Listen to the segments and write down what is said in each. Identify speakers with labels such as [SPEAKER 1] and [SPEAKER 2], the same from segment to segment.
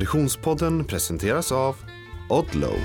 [SPEAKER 1] Konditionspodden presenteras av Odlo.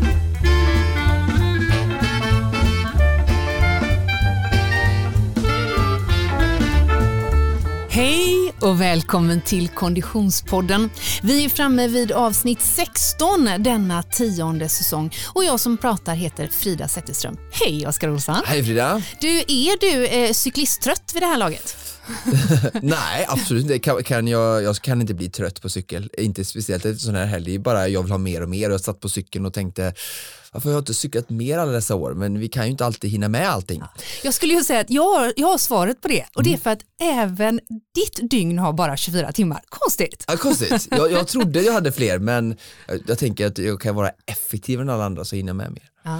[SPEAKER 2] Hej och välkommen till Konditionspodden. Vi är framme vid avsnitt 16 denna 10:e säsong och jag som pratar heter Frida Zetterström. Hej Oskar Olsson.
[SPEAKER 3] Hej Frida.
[SPEAKER 2] Är du cyklisttrött vid det här laget?
[SPEAKER 3] Nej, absolut inte. Jag kan inte bli trött på cykel. Inte speciellt efter sån här helg. Bara jag vill ha mer och mer. Jag satt på cykeln och tänkte, varför har jag inte cyklat mer alla dessa år? Men vi kan ju inte alltid hinna med allting.
[SPEAKER 2] Jag skulle ju säga att jag har svaret på det. Och det är för att även ditt dygn har bara 24 timmar. Konstigt.
[SPEAKER 3] Ja, konstigt. Jag trodde jag hade fler, men jag tänker att jag kan vara effektivare än alla andra så hinner jag med mer.
[SPEAKER 2] Ja.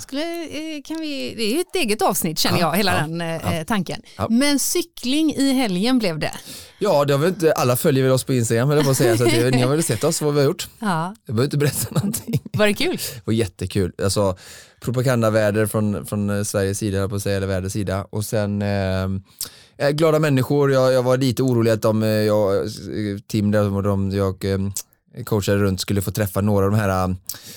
[SPEAKER 2] Det är ju ett eget avsnitt känner jag, hela den tanken. Ja. Men cykling i helgen blev det.
[SPEAKER 3] Ja, det har väl inte, alla följer väl oss på Instagram eller vad säga, så att ni har väl sett oss vad vi har gjort.
[SPEAKER 2] Ja.
[SPEAKER 3] Jag behöver inte berätta någonting.
[SPEAKER 2] Var det kul?
[SPEAKER 3] Det var jättekul. Alltså propagandaväder från Sveriges sida på att säga, eller världens sida. Och sen glada människor. Jag var lite orolig att Tim där jag coachade runt skulle få träffa några av de här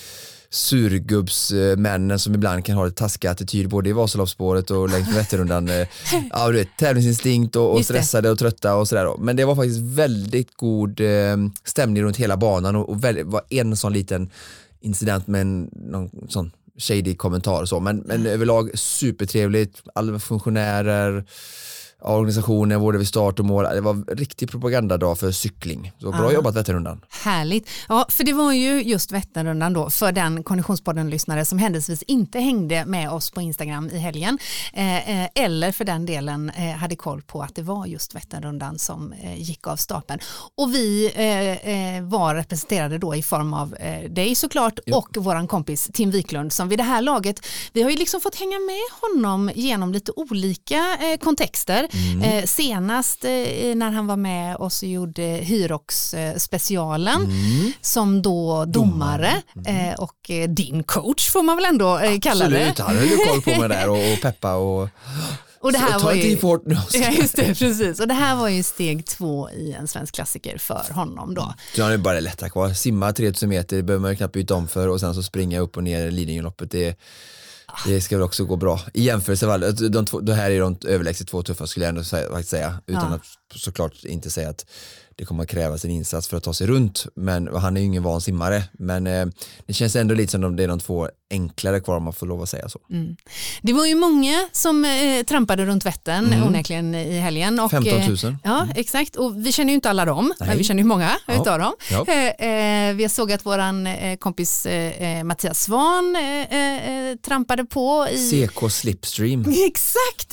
[SPEAKER 3] surgubbsmännen som ibland kan ha ett taskig attityd både i Vasaloppsspåret och längs med Vätternrundan. Ja, du vet, tävlingsinstinkt och stressade och trötta och sådär. Men det var faktiskt väldigt god stämning runt hela banan och var en sån liten incident med någon sån shady kommentar och så. Men överlag supertrevligt, alla funktionärer, organisationen, både vid start och mål. Det var riktig propagandadag för cykling. Så bra jobbat Vätternrundan.
[SPEAKER 2] Härligt. Ja, för det var ju just Vätternrundan då för den Konditionspodden-lyssnare som händelsevis inte hängde med oss på Instagram i helgen. Eller för den delen hade koll på att det var just Vätternrundan som gick av stapeln. Och vi var representerade då i form av dig såklart och våran kompis Tim Wiklund som vid det här laget, vi har ju liksom fått hänga med honom genom lite olika kontexter. Senast när han var med oss och gjorde Hyrox-specialen som då domare och din coach får man väl ändå kalla det.
[SPEAKER 3] Absolut, han höll ju koll på mig där och peppa och
[SPEAKER 2] det här var ju,
[SPEAKER 3] ja,
[SPEAKER 2] just det, precis. Och det här var ju steg 2 i en svensk klassiker för honom då.
[SPEAKER 3] Så han är bara lättare kvar. Simma 3000 meter, det behöver man ju knappt byta om för och sen så springa upp och ner i Lidingöloppet. Det ska väl också gå bra. I jämförelse med det här är de överlägset 2 tuffa skulle jag ändå säga. Utan att såklart inte säga att det kommer att krävas en insats för att ta sig runt. Men han är ju ingen van simmare. Men det känns ändå lite som det är de 2 enklare kvar om man får lov att säga så.
[SPEAKER 2] Det var ju många som trampade runt Vättern onekligen i helgen. Och,
[SPEAKER 3] 15 000.
[SPEAKER 2] Ja, exakt. Och vi känner ju inte alla dem. Men vi känner ju många utav dem. Ja. Vi såg att våran kompis Mattias Svan trampade på i
[SPEAKER 3] CK Slipstream.
[SPEAKER 2] Exakt,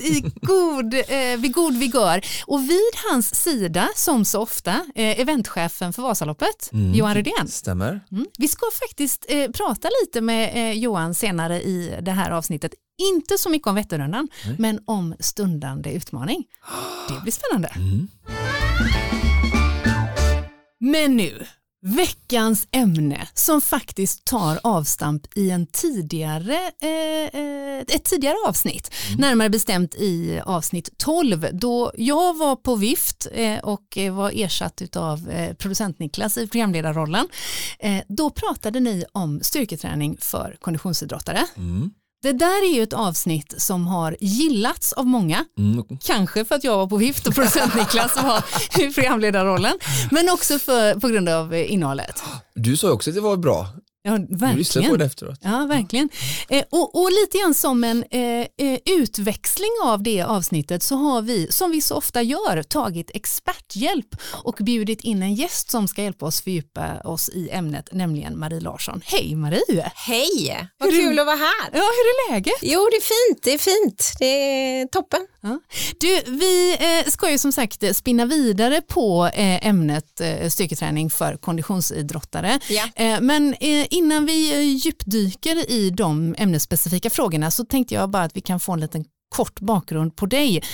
[SPEAKER 2] vid god vigör. Och vid hans sida, som så ofta, eventchefen för Vasaloppet, Johan Rydén.
[SPEAKER 3] Stämmer.
[SPEAKER 2] Vi ska faktiskt prata lite med Johan senare i det här avsnittet. Inte så mycket om Vätternrundan, men om stundande utmaning. Det blir spännande. Men nu, veckans ämne som faktiskt tar avstamp i ett tidigare avsnitt. Närmare bestämt i avsnitt 12 då jag var på vift och var ersatt av producent Niklas i programledarrollen. Då pratade ni om styrketräning för konditionsidrottare. Det där är ju ett avsnitt som har gillats av många. Kanske för att jag var på vift och producent Niklas var i programledarrollen. Men också på grund av innehållet.
[SPEAKER 3] Du sa också att det var bra.
[SPEAKER 2] Ja, verkligen.
[SPEAKER 3] Du lyssnar på det efteråt.
[SPEAKER 2] Ja, verkligen. Och lite grann som en utväxling av det avsnittet så har vi, som vi så ofta gör, tagit experthjälp och bjudit in en gäst som ska hjälpa oss fördjupa oss i ämnet, nämligen Marie Larsson. Hej Marie!
[SPEAKER 4] Hej! Vad kul att vara här.
[SPEAKER 2] Ja, hur är läget?
[SPEAKER 4] Jo, det är fint. Det är toppen.
[SPEAKER 2] Ja. Du, vi ska ju som sagt spinna vidare på ämnet styrketräning för konditionsidrottare. Ja. Men innan vi djupdyker i de ämnesspecifika frågorna så tänkte jag bara att vi kan få en liten kort bakgrund på dig.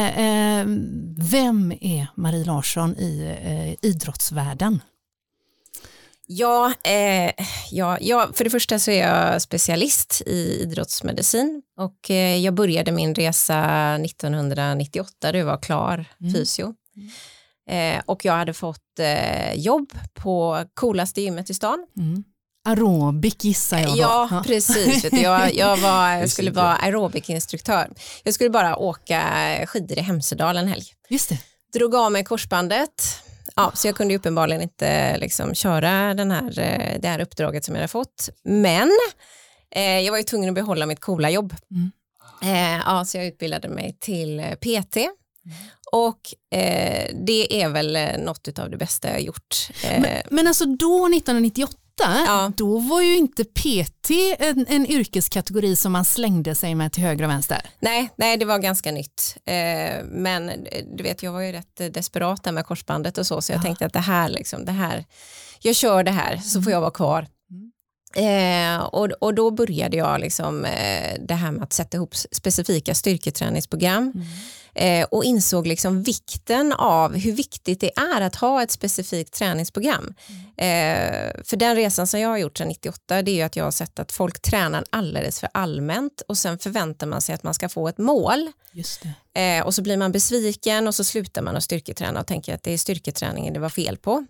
[SPEAKER 2] Vem är Marie Larsson i idrottsvärlden?
[SPEAKER 4] Ja, för det första så är jag specialist i idrottsmedicin och jag började min resa 1998 då jag var klar fysio. Och jag hade fått jobb på coolaste gymmet i stan.
[SPEAKER 2] Aerobic gissar jag då.
[SPEAKER 4] Ja, precis. Jag skulle vara aerobic-instruktör. Jag skulle bara åka skidor i Hemsedal en helg.
[SPEAKER 2] Just det.
[SPEAKER 4] Drog av mig korsbandet. Ja, så jag kunde ju uppenbarligen inte liksom köra det här uppdraget som jag hade fått. Men jag var ju tvungen att behålla mitt coola jobb. Så jag utbildade mig till PT. Och det är väl något av det bästa jag gjort.
[SPEAKER 2] Men alltså då 1998, då var ju inte PT en yrkeskategori som man slängde sig med till höger och vänster.
[SPEAKER 4] Nej, det var ganska nytt. Men du vet, jag var ju rätt desperat där med korsbandet och så jag tänkte att det här, jag kör det här så får jag vara kvar. Och då började jag liksom, det här med att sätta ihop specifika styrketräningsprogram och insåg liksom vikten av hur viktigt det är att ha ett specifikt träningsprogram. För den resan som jag har gjort sedan 98, det är ju att jag har sett att folk tränar alldeles för allmänt och sen förväntar man sig att man ska få ett mål.
[SPEAKER 2] Just det.
[SPEAKER 4] Och så blir man besviken och så slutar man att styrketräna och tänker att det är styrketräningen det var fel på.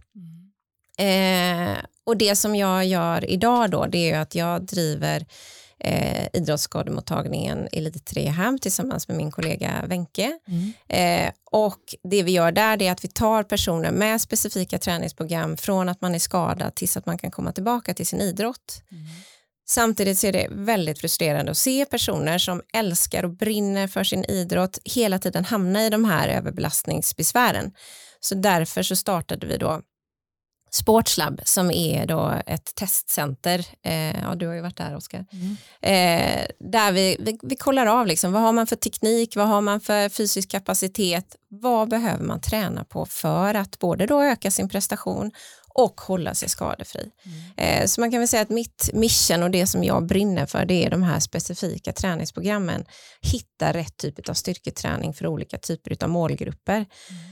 [SPEAKER 4] Och det som jag gör idag då, det är ju att jag driver idrottsskademottagningen Elite Rehab tillsammans med min kollega Wenke. Och det vi gör där är att vi tar personer med specifika träningsprogram från att man är skadad tills att man kan komma tillbaka till sin idrott. Samtidigt så är det väldigt frustrerande att se personer som älskar och brinner för sin idrott hela tiden hamna i de här överbelastningsbesvären. Så därför så startade vi då Sportslab som är då ett testcenter. Du har ju varit där, Oskar. Där vi kollar av liksom, vad har man för teknik, vad har man för fysisk kapacitet, vad behöver man träna på för att både då öka sin prestation och hålla sig skadefri. Så man kan väl säga att mitt mission och det som jag brinner för, det är de här specifika träningsprogrammen. Hitta rätt typ av styrketräning för olika typer av målgrupper.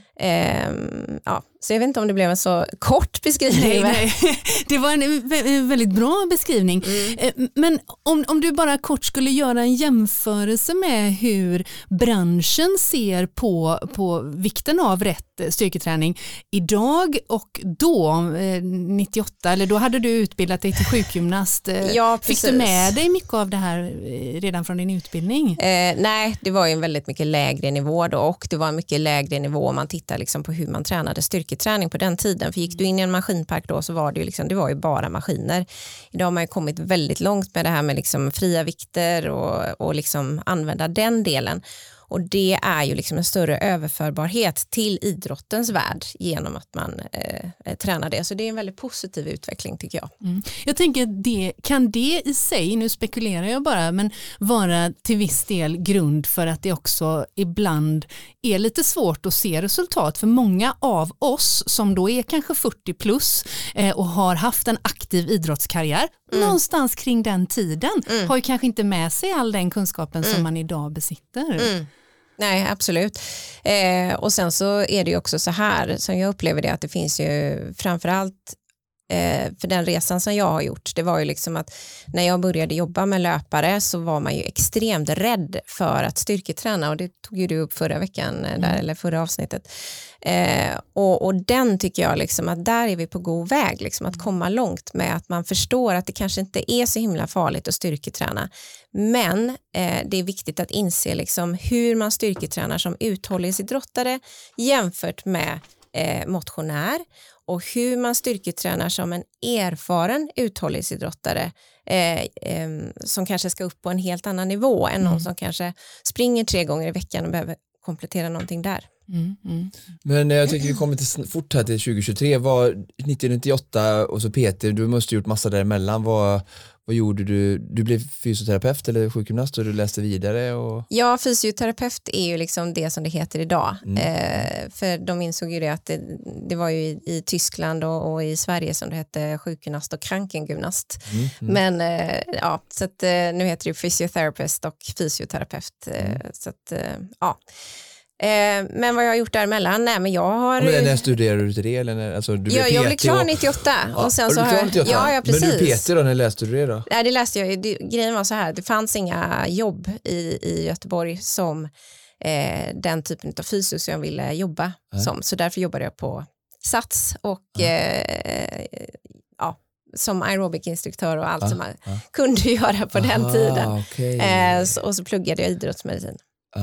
[SPEAKER 4] Så jag vet inte om det blev en så kort beskrivning.
[SPEAKER 2] Nej. Det var en väldigt bra beskrivning. Men om du bara kort skulle göra en jämförelse med hur branschen ser på vikten av rätt styrketräning idag och då 98, eller då hade du utbildat dig till sjukgymnast.
[SPEAKER 4] Ja,
[SPEAKER 2] fick du med dig mycket av det här redan från din utbildning?
[SPEAKER 4] Nej, det var ju en väldigt mycket lägre nivå då, och det var en mycket lägre nivå om man tittar liksom på hur man tränade styrketräning på den tiden. För gick du in i en maskinpark då så var det ju liksom, det var ju bara maskiner. Idag har man ju kommit väldigt långt med det här med liksom fria vikter och liksom använda den delen. Och det är ju liksom en större överförbarhet till idrottens värld genom att man tränar det. Så det är en väldigt positiv utveckling tycker jag.
[SPEAKER 2] Jag tänker, kan det i sig, nu spekulerar jag bara, men vara till viss del grund för att det också ibland är lite svårt att se resultat. För många av oss som då är kanske 40 plus och har haft en aktiv idrottskarriär någonstans kring den tiden har ju kanske inte med sig all den kunskapen som man idag besitter.
[SPEAKER 4] Nej, absolut. Och sen så är det ju också så här som jag upplever det, att det finns ju framförallt för den resan som jag har gjort, det var ju liksom att när jag började jobba med löpare så var man ju extremt rädd för att styrketräna, och det tog ju du upp förra veckan där, eller förra avsnittet. Och den tycker jag liksom att där är vi på god väg liksom, att komma långt med att man förstår att det kanske inte är så himla farligt att styrketräna, men det är viktigt att inse liksom hur man styrketränar som uthållighetsidrottare jämfört med motionär, och hur man styrketränar som en erfaren uthållighetsidrottare som kanske ska upp på en helt annan nivå än någon som kanske springer 3 gånger i veckan och behöver komplettera någonting där.
[SPEAKER 3] Men jag tycker vi kommer till fort här till 2023. Var 1998 och så PT, du måste ha gjort massa däremellan. Vad gjorde du? Du blev fysioterapeut eller sjukgymnast och du läste vidare?
[SPEAKER 4] Ja, fysioterapeut är ju liksom det som det heter idag. För de insåg ju det att det var ju i Tyskland och i Sverige som det hette sjukgymnast och krankengymnast. Men så att nu heter det fysioterapeut och fysioterapeut. Så att men vad jag har gjort däremellan? Nej, men jag har...
[SPEAKER 3] Men när studerade du till det? Eller när, alltså, du
[SPEAKER 4] jag blev klar 98. Och sen så har jag... Ja, precis.
[SPEAKER 3] Men du PT då, när läste du det då?
[SPEAKER 4] Nej, det läste jag. Grejen var så här, det fanns inga jobb i Göteborg som den typen av fysik som jag ville jobba som. Så därför jobbade jag på Sats och som aerobic-instruktör och allt som man kunde göra på den tiden.
[SPEAKER 3] Okay.
[SPEAKER 4] Och så pluggade jag idrottsmedicin.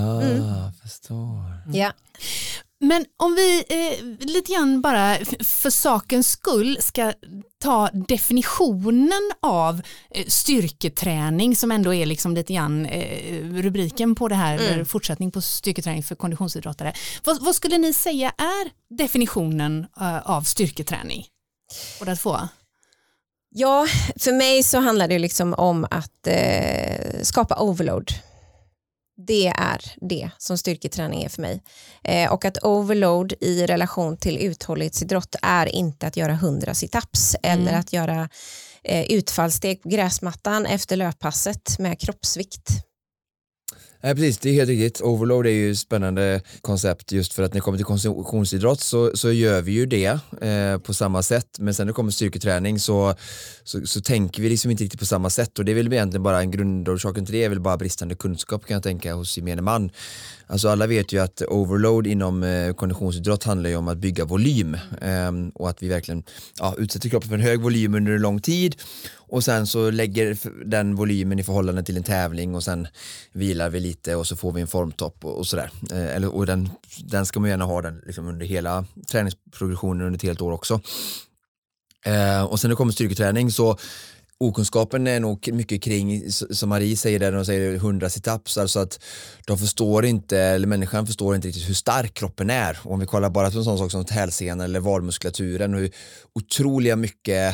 [SPEAKER 3] Förstår.
[SPEAKER 4] Ja.
[SPEAKER 2] Men om vi lite grann bara för sakens skull ska ta definitionen av styrketräning som ändå är liksom lite grann rubriken på det här, eller fortsättning på styrketräning för konditionsidrottare. Vad skulle ni säga är definitionen av styrketräning? Båda två?
[SPEAKER 4] Ja, för mig så handlar det liksom om att skapa overload. Det är det som styrketräning är för mig. Och att overload i relation till uthållighetsidrott är inte att göra 100 sit-ups eller att göra utfallssteg på gräsmattan efter löppasset med kroppsvikt.
[SPEAKER 3] Nej, precis, det är helt riktigt. Overload är ju ett spännande koncept just för att när det kommer till konditionsidrott så gör vi ju det på samma sätt, men sen när det kommer till styrketräning så tänker vi liksom inte riktigt på samma sätt, och det är väl egentligen bara en grundorsaken till det är väl bara bristande kunskap, kan jag tänka, hos gemene man. Alltså alla vet ju att overload inom konditionsidrott handlar ju om att bygga volym och att vi verkligen utsätter kroppen för en hög volym under en lång tid, och sen så lägger den volymen i förhållande till en tävling och sen vilar vi lite och så får vi en formtopp och sådär. Och den ska man gärna ha den liksom under hela träningsprogressionen under ett helt år också. Och sen när det kommer styrketräning så okunskapen är nog mycket kring, som Marie säger där, de säger 100 sit-ups, alltså att människan förstår inte riktigt hur stark kroppen är. Och om vi kollar bara på en sån sak som hälsenan eller valmuskulaturen, hur otroliga mycket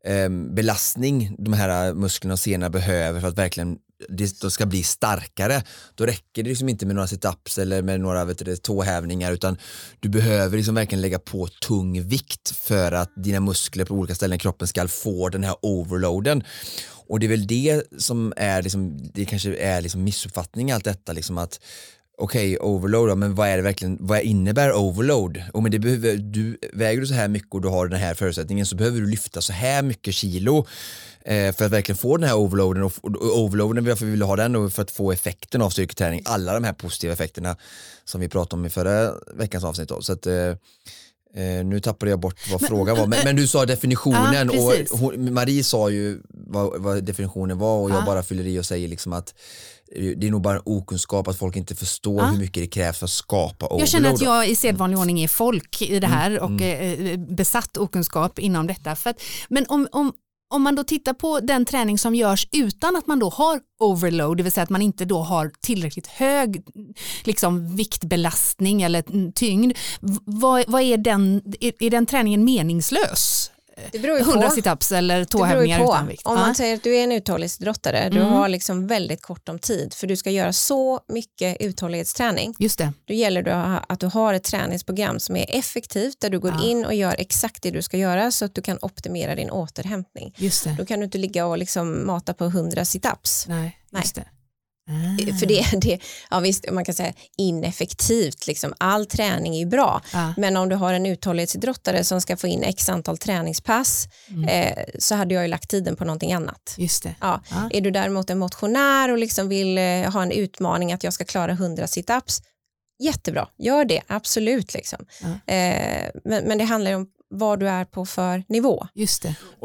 [SPEAKER 3] belastning de här musklerna och senorna behöver för att verkligen det ska bli starkare, då räcker det liksom inte med några sit-ups eller med några tåhävningar, utan du behöver liksom verkligen lägga på tung vikt för att dina muskler på olika ställen i kroppen ska få den här overloaden. Och det är väl det som är liksom, det kanske är liksom missuppfattning allt detta, liksom att okej, overload, men vad innebär overload? Och men det behöver, väger du så här mycket och du har den här förutsättningen, så behöver du lyfta så här mycket kilo för att verkligen få den här overloaden, och overloaden, varför vi vill ha den, och för att få effekten av styrketräning, alla de här positiva effekterna som vi pratade om i förra veckans avsnitt då. Så att nu tappade jag bort vad frågan var, men du sa definitionen, och Marie sa ju vad definitionen var, och jag bara fyller i och säger liksom att det är nog bara en okunskap, att folk inte förstår hur mycket det krävs för att skapa overload.
[SPEAKER 2] Jag känner att jag i sedvanlig ordning är folk i det här och besatt okunskap inom detta. Men om man då tittar på den träning som görs utan att man då har overload, det vill säga att man inte då har tillräckligt hög liksom, viktbelastning eller tyngd, vad är den träningen meningslös?
[SPEAKER 4] Det beror ju
[SPEAKER 2] 100 sit-ups eller tåhävningar utan vikt.
[SPEAKER 4] Om man säger att du är en uthållighetsidrottare, du har liksom väldigt kort om tid, för du ska göra så mycket uthållighetsträning.
[SPEAKER 2] Just det.
[SPEAKER 4] Då gäller det att du har ett träningsprogram som är effektivt, där du går in och gör exakt det du ska göra, så att du kan optimera din återhämtning.
[SPEAKER 2] Just det.
[SPEAKER 4] Då kan du inte ligga och liksom mata på 100 sit-ups.
[SPEAKER 2] Nej. Just det.
[SPEAKER 4] För det ja visst, man kan säga ineffektivt, liksom. All träning är ju bra, men om du har en uthållighetsidrottare som ska få in x antal träningspass, så hade jag ju lagt tiden på någonting annat.
[SPEAKER 2] Just det.
[SPEAKER 4] Är du däremot en motionär och liksom vill ha en utmaning att jag ska klara 100 sit-ups, jättebra, gör det, absolut liksom. Men det handlar ju om vad du är på för nivå.
[SPEAKER 2] Just det.
[SPEAKER 3] Och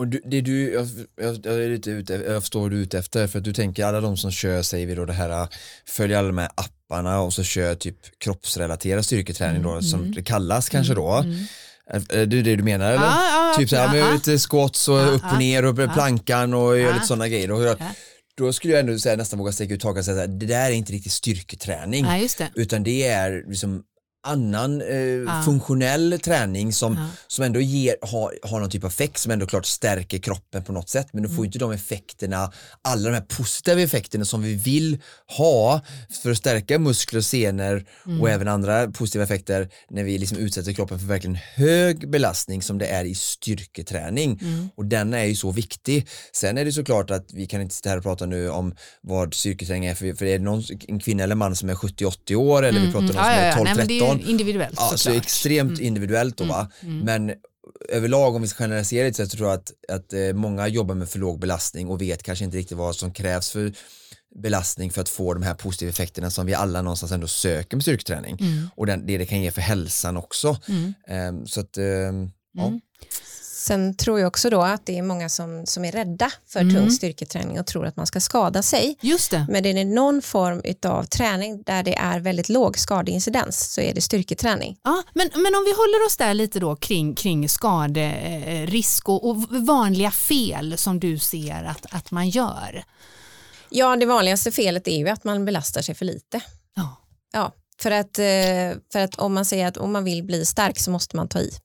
[SPEAKER 3] jag förstår du ute efter, för att du tänker alla de som kör, säger vi då, det här, följer alla de här apparna och så kör typ kroppsrelaterad styrketräning då, som det kallas kanske då. Det är det du menar, eller? Typ så här med lite squats och upp och ner och plankan och gör lite sådana grejer. Och då skulle jag ändå säga, nästan våga sträcka ut taget och säga att det där är inte riktigt styrketräning.
[SPEAKER 2] Nej, just det.
[SPEAKER 3] Utan det är liksom annan funktionell träning som ändå har någon typ av effekt, som ändå klart stärker kroppen på något sätt, men du får inte de effekterna, alla de här positiva effekterna som vi vill ha för att stärka muskler och senor och även andra positiva effekter när vi liksom utsätter kroppen för verkligen hög belastning som det är i styrketräning, och den är ju så viktig. Sen är det såklart att vi kan inte sitta här och prata nu om vad styrketräning är, för är det en kvinna eller man som är 70-80 år, eller vi pratar om någon som är 12-13,
[SPEAKER 2] individuellt.
[SPEAKER 3] Så extremt individuellt då, va? Men överlag, om vi ska generalisera lite, så tror jag att många jobbar med för låg belastning och vet kanske inte riktigt vad som krävs för belastning för att få de här positiva effekterna som vi alla någonstans ändå söker med styrketräning. Och det kan ge för hälsan också. Så att, ja.
[SPEAKER 4] Sen tror jag också då att det är många som är rädda för tung styrketräning och tror att man ska skada sig.
[SPEAKER 2] Just det.
[SPEAKER 4] Men det är någon form av träning där det är väldigt låg skadeincidens, så är det styrketräning.
[SPEAKER 2] Ja, men om vi håller oss där lite då kring skaderisk och vanliga fel som du ser att man gör.
[SPEAKER 4] Ja, det vanligaste felet är ju att man belastar sig för lite. Ja, för att om man säger att om man vill bli stark så måste man ta i.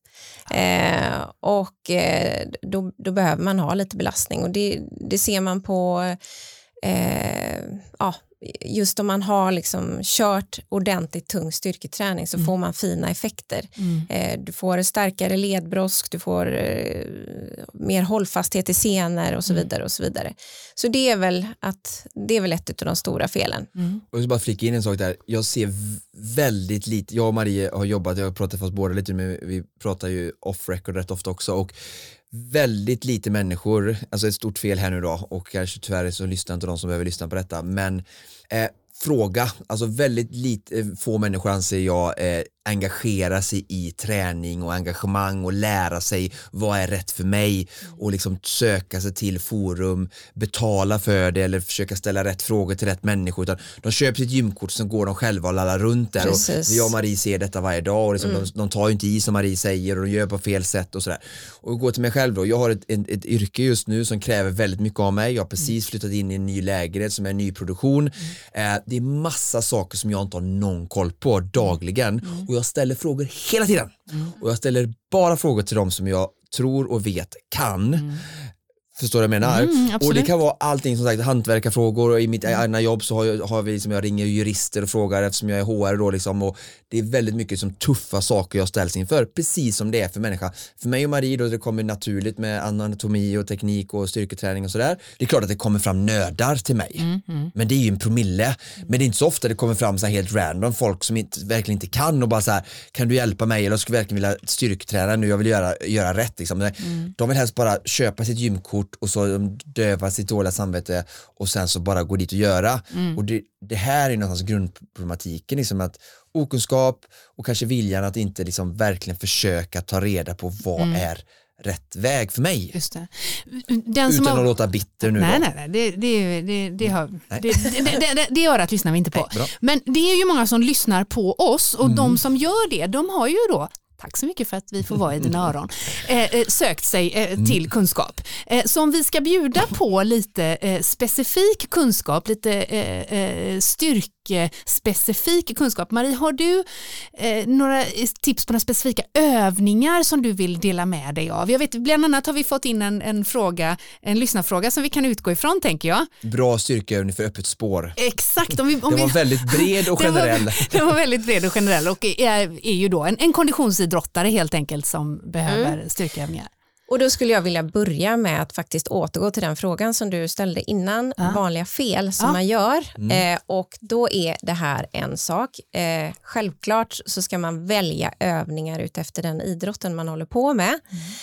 [SPEAKER 4] Då behöver man ha lite belastning, och det ser man på just om man har liksom kört ordentligt tung styrketräning så får man fina effekter. Du får starkare ledbrosk, du får mer hållfasthet i senor och så vidare och så vidare. Så det är väl ett av de stora felen.
[SPEAKER 3] Och jag ska bara flika in en sak där. Jag ser väldigt lite, jag och Marie har jobbat, jag har pratat fast båda lite, men vi pratar ju off record rätt ofta också, och väldigt lite människor, alltså ett stort fel här nu då, och kanske tyvärr så lyssnar inte de som behöver lyssna på detta, men fråga, alltså väldigt lite, få människor anser jag engagera sig i träning och engagemang och lära sig vad är rätt för mig och liksom söka sig till forum, betala för det eller försöka ställa rätt frågor till rätt människor, utan de köper sitt gymkort, sen går de själva och lallar runt där.
[SPEAKER 4] Precis.
[SPEAKER 3] Och jag och Marie ser detta varje dag och liksom de tar ju inte i som Marie säger och de gör på fel sätt och sådär. Och gå till mig själv då, jag har ett yrke just nu som kräver väldigt mycket av mig, jag har precis flyttat in i en ny lägenhet som är en ny produktion, det är massa saker som jag inte har någon koll på dagligen, och jag ställer frågor hela tiden. Och jag ställer bara frågor till dem som jag tror och vet kan. Förstår du vad jag menar? Och det kan vara allting som sagt, hantverkarfrågor, och i mitt egna jobb så har vi liksom, jag ringer jurister och frågar eftersom jag är HR då liksom, och det är väldigt mycket som tuffa saker jag ställs inför, precis som det är för människa. För mig och Marie då, det kommer naturligt med anatomi och teknik och styrketräning och sådär. Det är klart att det kommer fram nördar till mig. Men det är ju en promille. Men det är inte så ofta det kommer fram så här helt random folk som verkligen inte kan och bara så här, kan du hjälpa mig, eller jag skulle verkligen vilja styrketräna nu, jag vill göra rätt liksom. De vill helst bara köpa sitt gymkort och så döva sitt dåliga samvete och sen så bara gå dit och göra. Och det här är någonstans grundproblematiken, liksom att okunskap och kanske viljan att inte liksom verkligen försöka ta reda på vad är rätt väg för mig.
[SPEAKER 2] Just det.
[SPEAKER 3] Utan att låta bitter nu.
[SPEAKER 2] Det gör att lyssnar vi inte på.
[SPEAKER 3] Nej,
[SPEAKER 2] men det är ju många som lyssnar på oss, och de som gör det, de har ju då, tack så mycket för att vi får vara i dina öron, sökt sig till kunskap. Så om vi ska bjuda på lite specifik kunskap, lite styrkespecifik kunskap. Marie, har du några tips på några specifika övningar som du vill dela med dig av? Jag vet, bland annat har vi fått in en lyssnarfråga som vi kan utgå ifrån, tänker jag.
[SPEAKER 3] Bra styrkeövning för öppet spår.
[SPEAKER 2] Exakt.
[SPEAKER 3] Den var väldigt bred och generell.
[SPEAKER 2] Den var väldigt bred och generell, och är ju då en konditionsidrottare helt enkelt som behöver styrkeövningar.
[SPEAKER 4] Och då skulle jag vilja börja med att faktiskt återgå till den frågan som du ställde innan, vanliga fel som man gör. Och då är det här en sak. Självklart så ska man välja övningar utefter den idrotten man håller på med.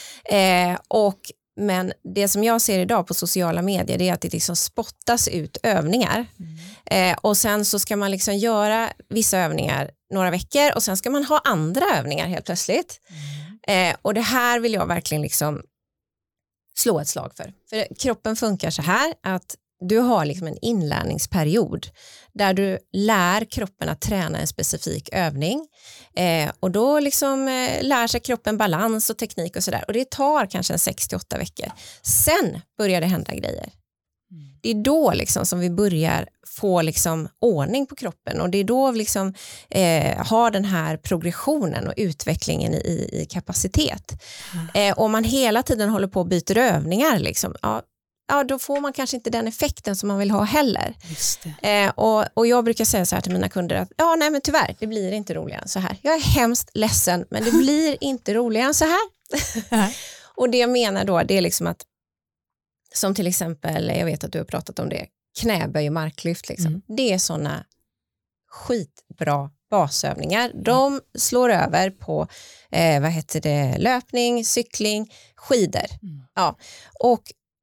[SPEAKER 4] Men det som jag ser idag på sociala medier, det är att det liksom spottas ut övningar. Och sen så ska man liksom göra vissa övningar några veckor och sen ska man ha andra övningar helt plötsligt. Och det här vill jag verkligen liksom slå ett slag för. För kroppen funkar så här att du har liksom en inlärningsperiod där du lär kroppen att träna en specifik övning. Och då liksom lär sig kroppen balans och teknik och sådär. Och det tar kanske 6-8 veckor. Sen börjar det hända grejer. Det är då liksom som vi börjar få liksom ordning på kroppen, och det är då vi liksom har den här progressionen och utvecklingen i kapacitet. Om man hela tiden håller på och byter övningar liksom, då får man kanske inte den effekten som man vill ha heller.
[SPEAKER 2] Just det.
[SPEAKER 4] Och jag brukar säga så här till mina kunder att nej men tyvärr, det blir inte roligare än så här. Jag är hemskt ledsen, men det blir inte roligare än så här. Och det jag menar då, det är liksom att, som till exempel, jag vet att du har pratat om det, knäböj och marklyft liksom. Det är sådana skitbra basövningar. De slår över på löpning, cykling, skidor. Ja. Och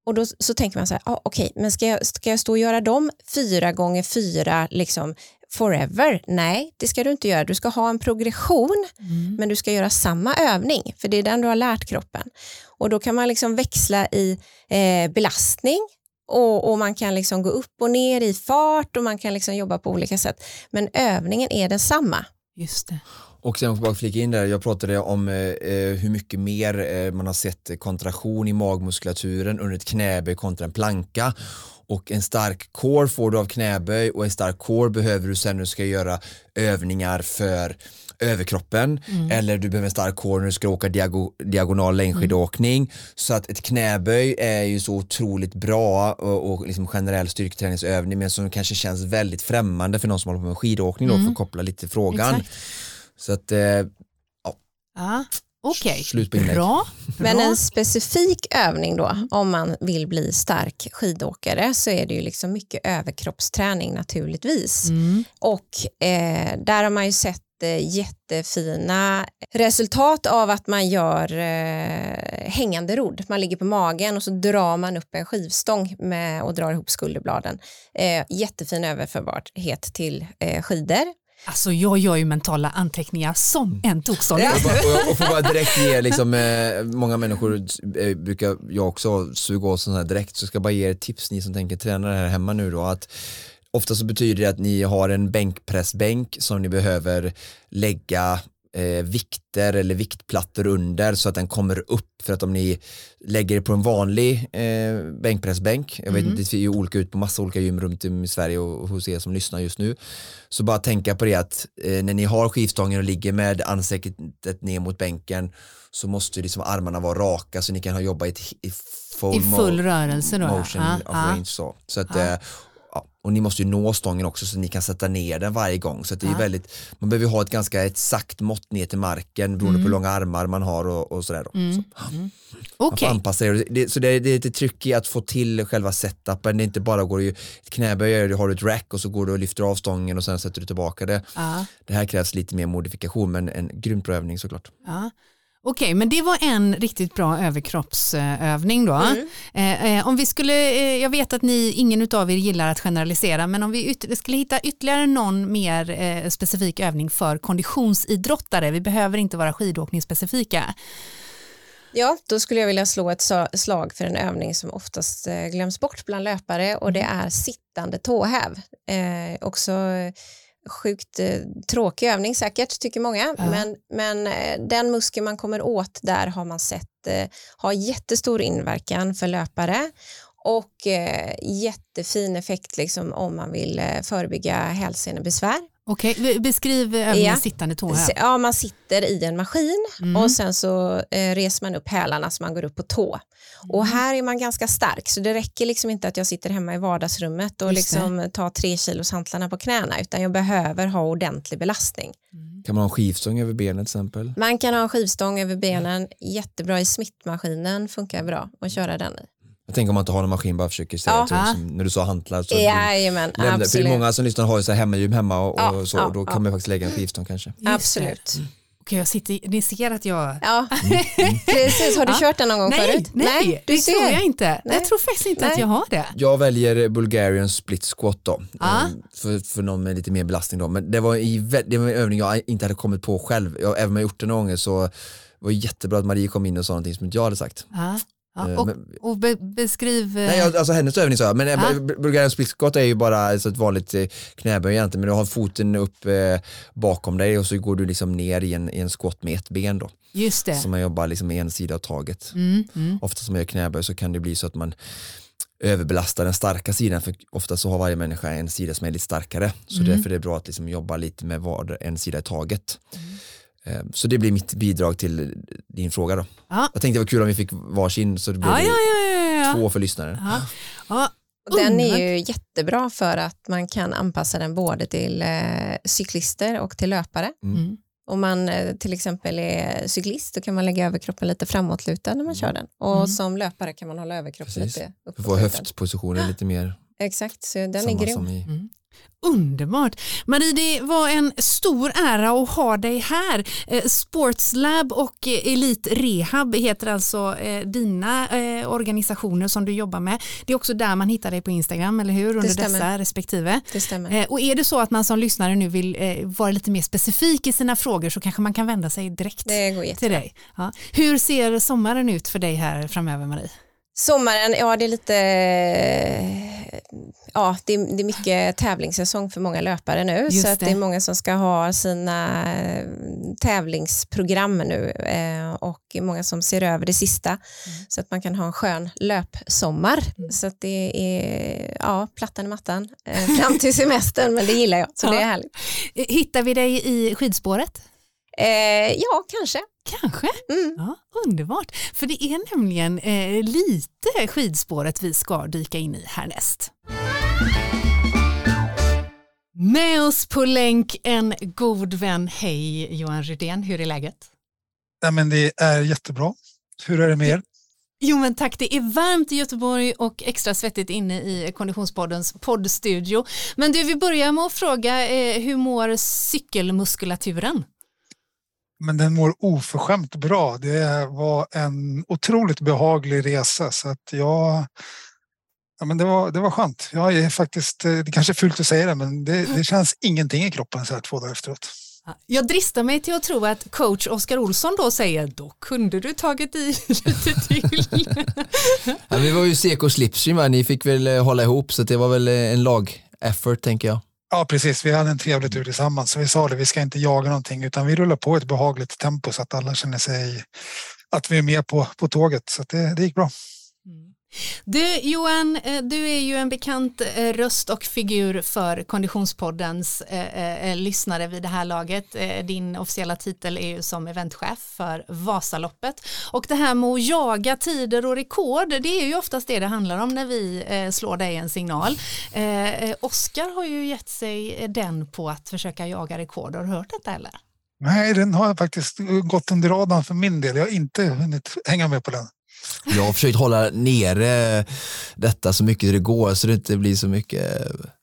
[SPEAKER 4] Och då så tänker man så här, okej, men ska jag stå och göra dem 4 gånger 4 liksom forever? Nej, det ska du inte göra. Du ska ha en progression, men du ska göra samma övning, för det är den du har lärt kroppen. Och då kan man liksom växla i belastning, och man kan liksom gå upp och ner i fart, och man kan liksom jobba på olika sätt. Men övningen är densamma.
[SPEAKER 2] Just det.
[SPEAKER 3] Och sen bara flika in där, jag pratade om hur mycket mer man har sett kontraktion i magmuskulaturen under ett knäböj kontra en planka. Och en stark core får du av knäböj, och en stark core behöver du sen när du ska göra övningar för överkroppen, eller du behöver en stark core när du ska åka diagonal längdskidåkning. Så att ett knäböj är ju så otroligt bra och liksom generell styrketräningsövning, men som kanske känns väldigt främmande för någon som håller på med skidåkning då, för att koppla lite till frågan.
[SPEAKER 2] Exakt.
[SPEAKER 3] Så att
[SPEAKER 2] Okej, bra.
[SPEAKER 4] Men en specifik övning då, om man vill bli stark skidåkare, så är det ju liksom mycket överkroppsträning naturligtvis. Och där har man ju sett jättefina resultat av att man gör hängande rodd. Man ligger på magen och så drar man upp en skivstång och drar ihop skulderbladen. Jättefin överförbarhet till skidor.
[SPEAKER 2] Alltså jag gör ju mentala anteckningar som en tokstånd.
[SPEAKER 3] Och får bara direkt ge liksom, många människor brukar jag också suga åt sådana här direkt, så ska jag bara ge er tips, ni som tänker träna det här hemma nu då, att ofta så betyder det att ni har en bänkpressbänk som ni behöver lägga vikter eller viktplattor under så att den kommer upp, för att om ni lägger det på en vanlig bänkpressbänk, jag vet inte, det ser ju olika ut på massa olika gym runt i Sverige och hos er som lyssnar just nu, så bara tänka på det att när ni har skivstången och ligger med ansiktet ner mot bänken, så måste liksom armarna vara raka så ni kan jobba i
[SPEAKER 2] full rörelse då.
[SPEAKER 3] Motion of range så att och ni måste ju nå stången också så ni kan sätta ner den varje gång, så att det är väldigt, man behöver ha ett exakt mått ner till marken beroende på hur långa armar man har och sådär då. Man får anpassa det. Så det är lite tryck i att få till själva setupen. Det är inte bara går ju ett knäböj, har du ett rack och så går du och lyfter av stången och sen sätter du tillbaka det. Det här krävs lite mer modifikation, men en grym prövning såklart.
[SPEAKER 2] Okej, men det var en riktigt bra överkroppsövning då. Om vi skulle, jag vet att ingen utav er gillar att generalisera, men om vi skulle hitta ytterligare någon mer specifik övning för konditionsidrottare, vi behöver inte vara skidåkningsspecifika.
[SPEAKER 4] Ja, då skulle jag vilja slå ett slag för en övning som oftast glöms bort bland löpare, och det är sittande tåhäv. Också sjukt tråkig övning säkert, tycker många, men den muskel man kommer åt där har man sett har jättestor inverkan för löpare, och jättefin effekt liksom om man vill förebygga hälsenebesvär.
[SPEAKER 2] Okej, beskriv övningen sittande tåhäv.
[SPEAKER 4] Ja, man sitter i en maskin och sen så reser man upp hälarna så man går upp på tå. Och här är man ganska stark, så det räcker liksom inte att jag sitter hemma i vardagsrummet och liksom tar 3 kilos hantlarna på knäna, utan jag behöver ha ordentlig belastning.
[SPEAKER 3] Kan man ha en skivstång över benen till exempel?
[SPEAKER 4] Man kan ha en skivstång över benen, jättebra i smittmaskinen, funkar bra att köra den i.
[SPEAKER 3] Jag tänker om man inte har någon maskin, bara försöker säga som när du sa hantlar. Så
[SPEAKER 4] jajamän, absolut.
[SPEAKER 3] För det är många som lyssnar har ju så här hemmagym hemma och så, då kan man faktiskt lägga en skivstång kanske.
[SPEAKER 4] Absolut.
[SPEAKER 2] Okej, ni ser att jag...
[SPEAKER 4] Ja, precis. Har du kört den någon gång förut?
[SPEAKER 2] Nej, det tror jag inte. Nej. Jag tror faktiskt inte att jag har det.
[SPEAKER 3] Jag väljer Bulgarian split squat då, för någon med lite mer belastning då. Men det var en övning jag inte hade kommit på själv. Även om jag gjort det någon gång så var det jättebra att Marie kom in och sa någonting som inte jag hade sagt.
[SPEAKER 2] Och beskriv...
[SPEAKER 3] Nej, alltså hennes övning sa jag. Men Bulgarian split squat är ju bara ett vanligt knäböj egentligen. Men du har foten upp bakom dig och så går du liksom ner i en squat med ett ben då.
[SPEAKER 2] Just det.
[SPEAKER 3] Så man jobbar liksom med en sida av taget. Ofta som man gör knäböj så kan det bli så att man överbelastar den starka sidan. För ofta så har varje människa en sida som är lite starkare. Så därför är det bra att liksom jobba lite med en sida i taget. Så det blir mitt bidrag till din fråga då. Jag tänkte det var kul om vi fick varsin, så det blir 2 för lyssnaren.
[SPEAKER 4] Den är ju jättebra för att man kan anpassa den både till cyklister och till löpare. Om man till exempel är cyklist, då kan man lägga överkroppen lite framåtlutad när man kör den. Och som löpare kan man hålla överkroppen lite uppåt.
[SPEAKER 3] Få höftpositionen lite mer.
[SPEAKER 4] Exakt, så den är grym.
[SPEAKER 2] Underbart. Marie, det var en stor ära att ha dig här. Sportslab och Elite Rehab heter alltså dina organisationer som du jobbar med. Det är också där man hittar dig på Instagram, eller hur? Under dessa respektive.
[SPEAKER 4] Det stämmer.
[SPEAKER 2] Och är det så att man som lyssnare nu vill vara lite mer specifik i sina frågor, så kanske man kan vända sig direkt till dig. Ja. Hur ser sommaren ut för dig här framöver, Marie?
[SPEAKER 4] Sommaren, ja det är lite, ja det är mycket tävlingssäsong för många löpare nu.
[SPEAKER 2] Just
[SPEAKER 4] så att det är många som ska ha sina tävlingsprogram nu och många som ser över det sista så att man kan ha en skön löpsommar. Så att det är plattan i mattan fram till semestern, men det gillar jag, så det är härligt.
[SPEAKER 2] Hittar vi dig i skidspåret?
[SPEAKER 4] Ja, kanske.
[SPEAKER 2] Kanske? Ja, underbart. För det är nämligen lite skidspåret vi ska dyka in i härnäst. Med oss på länk en god vän. Hej Johan Rydén, hur är läget?
[SPEAKER 5] Ja, men det är jättebra. Hur är det med er?
[SPEAKER 2] Jo men tack, det är varmt i Göteborg och extra svettigt inne i Konditionspoddens poddstudio. Men du, vi börjar med att fråga, hur mår cykelmuskulaturen?
[SPEAKER 5] Men den mår oförskämt bra. Det var en otroligt behaglig resa, så att men det var skönt. Jag är faktiskt, det kanske är fult att säga det, men det känns ingenting i kroppen så här 2 dagar efteråt.
[SPEAKER 2] Jag dristar mig till att tro att coach Oskar Olsson då säger, då kunde du tagit i lite till.
[SPEAKER 3] Ja, vi var ju Seko Slipstream, ni fick väl hålla ihop, så det var väl en lag-effort tänker jag.
[SPEAKER 5] Ja, precis. Vi hade en trevlig tur tillsammans, så vi sa det, vi ska inte jaga någonting utan vi rullar på ett behagligt tempo så att alla känner sig att vi är med på tåget, så att det gick bra.
[SPEAKER 2] Du Johan, du är ju en bekant röst och figur för Konditionspoddens lyssnare vid det här laget. Din officiella titel är ju som eventchef för Vasaloppet. Och det här med att jaga tider och rekord, det är ju oftast det handlar om när vi slår dig en signal. Oskar har ju gett sig den på att försöka jaga rekord. Har du hört detta eller?
[SPEAKER 5] Nej, den har faktiskt gått under radarn för min del. Jag har inte hunnit hänga med på den.
[SPEAKER 3] Jag har försökt hålla nere detta så mycket det går så det inte blir så mycket.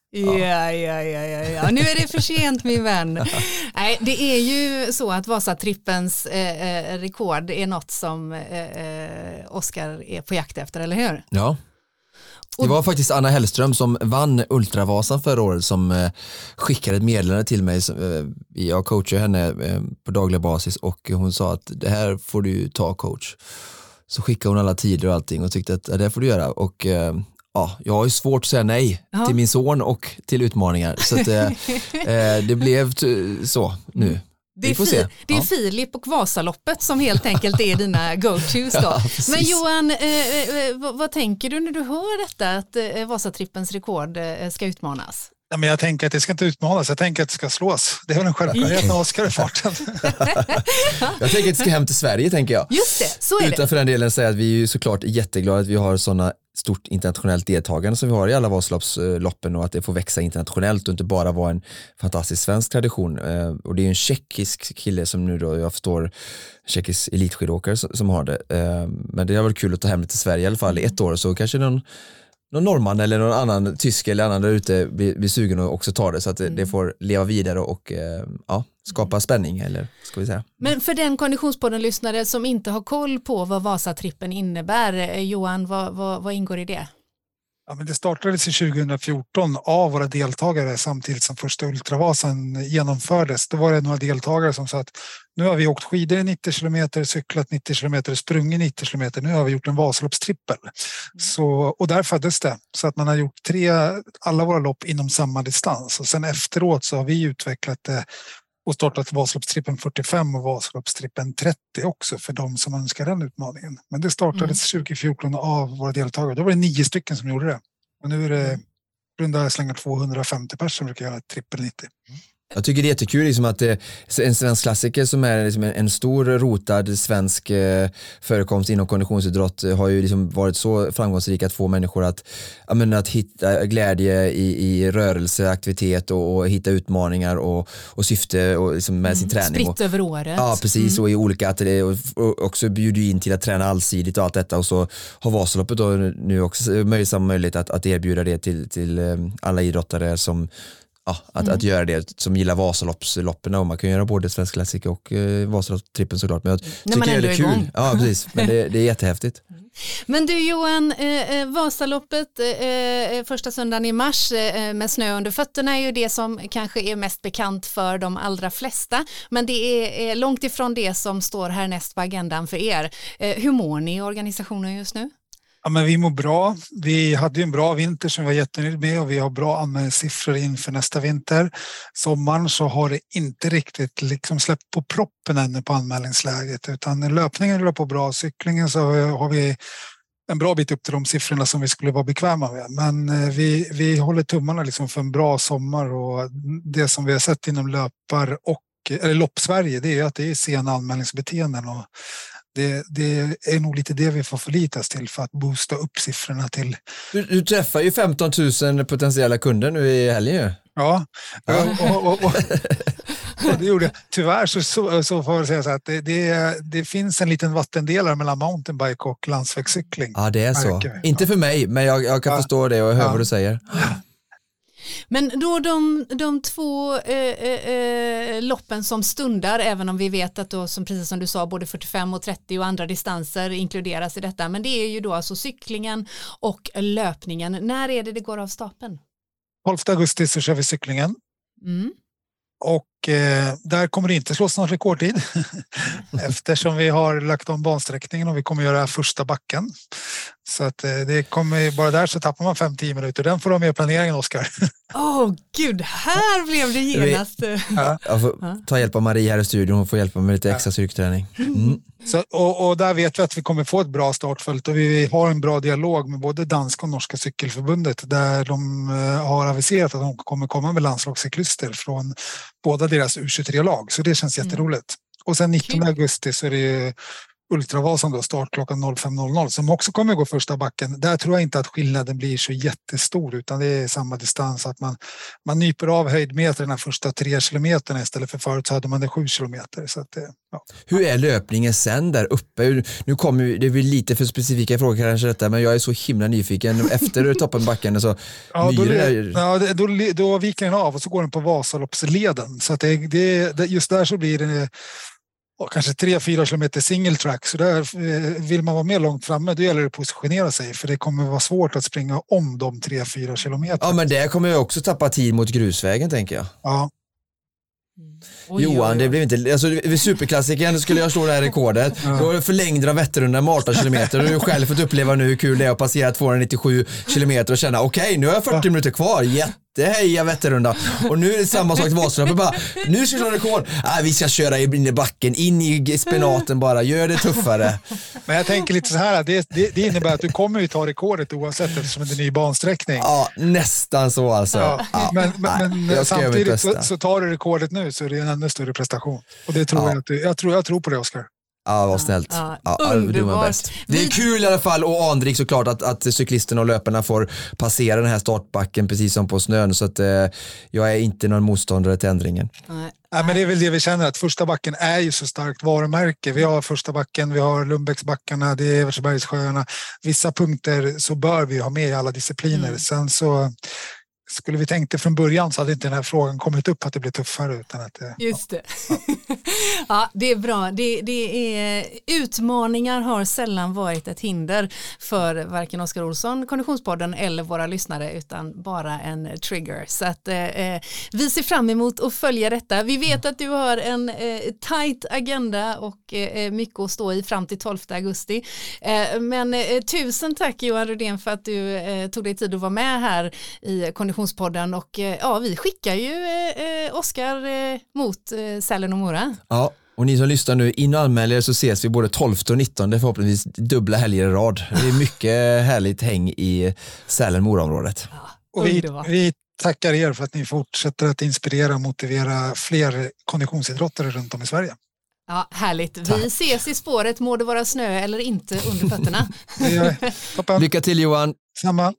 [SPEAKER 2] Ja. Nu är det för sent min vän. Nej, det är ju så att Vasatrippens rekord är något som Oskar är på jakt efter, eller hur?
[SPEAKER 3] Ja. Det var faktiskt Anna Hellström som vann Ultravasan förra året som skickade ett meddelande till mig. Jag coachar henne på daglig basis och hon sa att det här får du ta, coach. Så skickade hon alla tider och allting och tyckte att det får du göra. Och jag har ju svårt att säga nej till min son och till utmaningar. Så att, det blev så nu.
[SPEAKER 2] Det är Filip och Vasaloppet som helt enkelt är dina go-tos då. Men Johan, vad tänker du när du hör detta att Vasatrippens rekord ska utmanas?
[SPEAKER 5] Ja, men jag tänker att det ska inte utmanas, jag tänker att det ska slås. Det är väl en självklarhet när Oskar är farten.
[SPEAKER 3] Jag tänker att det ska hem till Sverige, tänker jag.
[SPEAKER 2] Just det, så är det.
[SPEAKER 3] Utan för den delen säga att vi är ju såklart jätteglada att vi har sådana stort internationellt deltagande som vi har i alla Vasaloppsloppen och att det får växa internationellt och inte bara vara en fantastisk svensk tradition. Och det är ju en tjeckisk kille som nu då, jag förstår, tjeckisk elitskidåkare som har det. Men det har varit kul att ta hem det till Sverige i alla fall i 1 år, så kanske någon norrman eller någon annan tysk eller annan där ute blir sugen och också tar det så att det får leva vidare och skapa spänning, eller ska vi säga.
[SPEAKER 2] Men för den Konditionspodden-lyssnare som inte har koll på vad Vasatrippen innebär, Johan, vad ingår i det?
[SPEAKER 5] Ja, men det startades 2014 av våra deltagare samtidigt som första Ultravasan genomfördes. Då var det några deltagare som sa att nu har vi åkt skidor i 90 kilometer, cyklat 90 kilometer, sprungit 90 kilometer. Nu har vi gjort en Vasaloppstrippel. Och där föddes det. Så att man har gjort alla våra lopp inom samma distans. Och sen efteråt så har vi utvecklat det och startat Vasaloppstrippen 45 och Vasaloppstrippen 30 också för de som önskar den utmaningen. Men det startades 2014 av våra deltagare. Då var det 9 stycken som gjorde det. Och nu är det runda slängar 250 personer som brukar göra trippel 90.
[SPEAKER 3] Jag tycker det är jättekul liksom att en svensk klassiker som är liksom en stor rotad svensk förekomst inom konditionsidrott har ju liksom varit så framgångsrik att få människor att hitta glädje i rörelse, aktivitet och hitta utmaningar och syfte och liksom med sin träning.
[SPEAKER 2] Spritt över året.
[SPEAKER 3] Ja, precis. Och i olika och också bjuder in till att träna allsidigt och allt detta, och så har Vasaloppet då nu också möjlighet att erbjuda det till alla idrottare som att göra det som gillar Vasaloppsloppen, och man kan göra både Svensk Klassiker och Vasaloppstrippen såklart, men jag tycker det är kul. Ja, precis, men det är jättehäftigt.
[SPEAKER 2] Men du Johan, Vasaloppet första söndagen i mars med snö under fötterna är ju det som kanske är mest bekant för de allra flesta, men det är långt ifrån det som står härnäst på agendan för er. Hur mår ni i organisationen just nu?
[SPEAKER 5] Ja, men vi mår bra. Vi hade ju en bra vinter som vi var jättenöjda med, och vi har bra anmälningssiffror inför nästa vinter. Sommaren så har det inte riktigt liksom släppt på proppen ännu på anmälningsläget, utan löpningen rullar på bra. Cyklingen så har vi en bra bit upp till de siffrorna som vi skulle vara bekväma med. Men vi håller tummarna liksom för en bra sommar, och det som vi har sett inom lopp-Sverige, det är att det är sena anmälningsbeteenden, och det är nog lite det vi får förlitas till för att boosta upp siffrorna till. Du
[SPEAKER 3] träffar ju 15 000 potentiella kunder nu i helgen ju.
[SPEAKER 5] Ja. Och det gjorde jag. Tyvärr så får jag säga så att det finns en liten vattendelare mellan mountainbike och landsvägscykling. Ja, det är så. Inte för mig, men jag kan förstå det och höra vad du säger.
[SPEAKER 2] Men då de två loppen som stundar, även om vi vet att då, som precis som du sa, både 45 och 30 och andra distanser inkluderas i detta, men det är ju då alltså cyklingen och löpningen. När är det går av stapeln?
[SPEAKER 5] 12 augusti så kör vi cyklingen. Och där kommer det inte slås någon rekordtid eftersom vi har lagt om bansträckningen och vi kommer göra första backen. Så att det kommer bara där så tappar man 5-10 minuter. Den får de med i planeringen, Oskar.
[SPEAKER 2] Gud, här blev det genast.
[SPEAKER 3] Jag får ta hjälp av Marie här i studion. Hon får hjälpa med lite extra styrketräning.
[SPEAKER 5] Så, och där vet vi att vi kommer få ett bra startfält, och vi har en bra dialog med både danska och norska cykelförbundet, där de har aviserat att de kommer komma med landslagscyklister från båda deras U23-lag. Så det känns jätteroligt. Och sen 19 augusti så är det Ultravasan då, start klockan 05.00, som också kommer gå första backen. Där tror jag inte att skillnaden blir så jättestor, utan det är samma distans, att man nyper av höjdmeterna första 3 kilometerna istället för förut så hade man det 7 kilometer. Så att, ja.
[SPEAKER 3] Hur är löpningen sen där uppe? Nu kommer det blir lite för specifika frågor kanske detta, men jag är så himla nyfiken. Efter toppen backen så
[SPEAKER 5] då viker den av och så går den på Vasaloppsleden. Så att just där så blir det kanske 3-4 kilometer single track, så där vill man vara mer långt framme, då gäller det att positionera sig, för det kommer vara svårt att springa om de 3-4 kilometer. Ja, men det kommer jag också tappa tid mot grusvägen, tänker jag. Ja. Johan, det blev inte, alltså vid superklassiken skulle jag slå det här rekordet. Då förlängde de Vätternrundan med 18 kilometer, och du har själv fått uppleva nu hur kul det är att passera 297 kilometer och känna okej, nu har jag 40 minuter kvar, jätteheja Vätternrundan. Och nu är det samma sak till Vasaloppet, bara nu ska vi slå rekord. Vi ska köra in i backen, in i spenaten bara, gör det tuffare. Men jag tänker lite så här, det innebär att du kommer ju ta rekordet oavsett, eftersom det är en ny bansträckning. Ja, nästan så alltså. Men samtidigt så tar du rekordet nu, så är det en ännu större prestation. Och det tror jag tror på det, Oskar. Ja, vad snällt. Underbart. Det är kul i alla fall, och anrikt såklart att cyklisterna och löparna får passera den här startbacken precis som på snön, så att jag är inte någon motståndare till ändringen. Nej, men det är väl det vi känner, att första backen är ju så starkt varumärke. Vi har första backen, vi har Lundbäcksbackarna, det är Evertsbergssjöarna. Vissa punkter så bör vi ha med i alla discipliner. Sen så skulle vi tänkt det från början, så hade inte den här frågan kommit upp att det blir tuffare. Utan att just det. Ja, det är bra. Det är, utmaningar har sällan varit ett hinder för varken Oskar Olsson, Konditionspodden, eller våra lyssnare, utan bara en trigger. Så att vi ser fram emot att följa detta. Vi vet att du har en tight agenda och mycket att stå i fram till 12 augusti. Men tusen tack Johan Rydén för att du tog dig tid att vara med här i Konditionspodden, och vi skickar ju Oskar mot Sälen och Mora. Ja, och ni som lyssnar nu, in och anmäler, så ses vi både 12 och 19, förhoppningsvis dubbla helger i rad. Det är mycket härligt häng i Sälen-Mora-området. Ja, och vi tackar er för att ni fortsätter att inspirera och motivera fler konditionsidrottare runt om i Sverige. Ja, härligt. Vi ses i spåret, må det vara snö eller inte under fötterna. Lycka till Johan. Samma.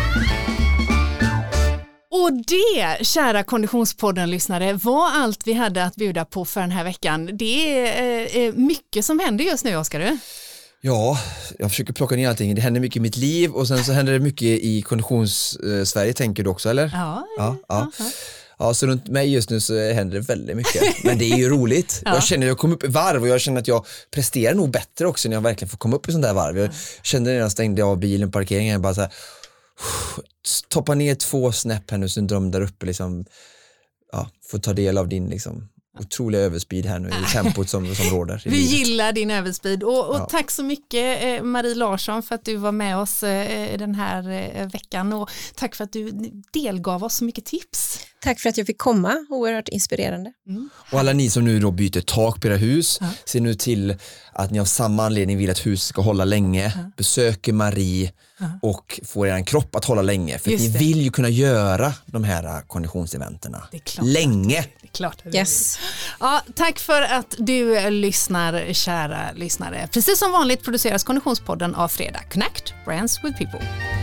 [SPEAKER 5] Och det, kära Konditionspodden-lyssnare, var allt vi hade att bjuda på för den här veckan. Det är mycket som händer just nu, Oskar. Ja, jag försöker plocka ner allting. Det händer mycket i micket liv, och sen så händer det mycket i Konditions-Sverige, tänker du också, eller? Ja.
[SPEAKER 3] Ja, så runt mig just nu så händer det väldigt mycket. Men det är ju roligt. Jag känner att jag kom upp i varv och jag känner att jag presterar nog bättre också när jag verkligen får komma upp i sånt där varv. Jag kände när jag stängde av bilen på parkeringen bara så här, toppa ner 2 snäpp här nu så dröm där uppe liksom, får ta del av din liksom otroliga överspeed här nu i tempot som råder.
[SPEAKER 2] Vi gillar din överspeed och tack så mycket Marie Larsson för att du var med oss den här veckan och tack för att du delgav oss så mycket tips.
[SPEAKER 4] Tack för att jag fick komma, oerhört inspirerande.
[SPEAKER 3] Och alla ni som nu då byter tak på era hus, ser nu till att ni av samma anledning vill att huset ska hålla länge, besöker Marie och får er kropp att hålla länge. För ni vill ju kunna göra de här konditionseventerna länge.
[SPEAKER 2] Det är klart.
[SPEAKER 4] Yes.
[SPEAKER 2] Ja, tack för att du lyssnar, kära lyssnare. Precis som vanligt produceras Konditionspodden av Fredag. Connect Brands with People.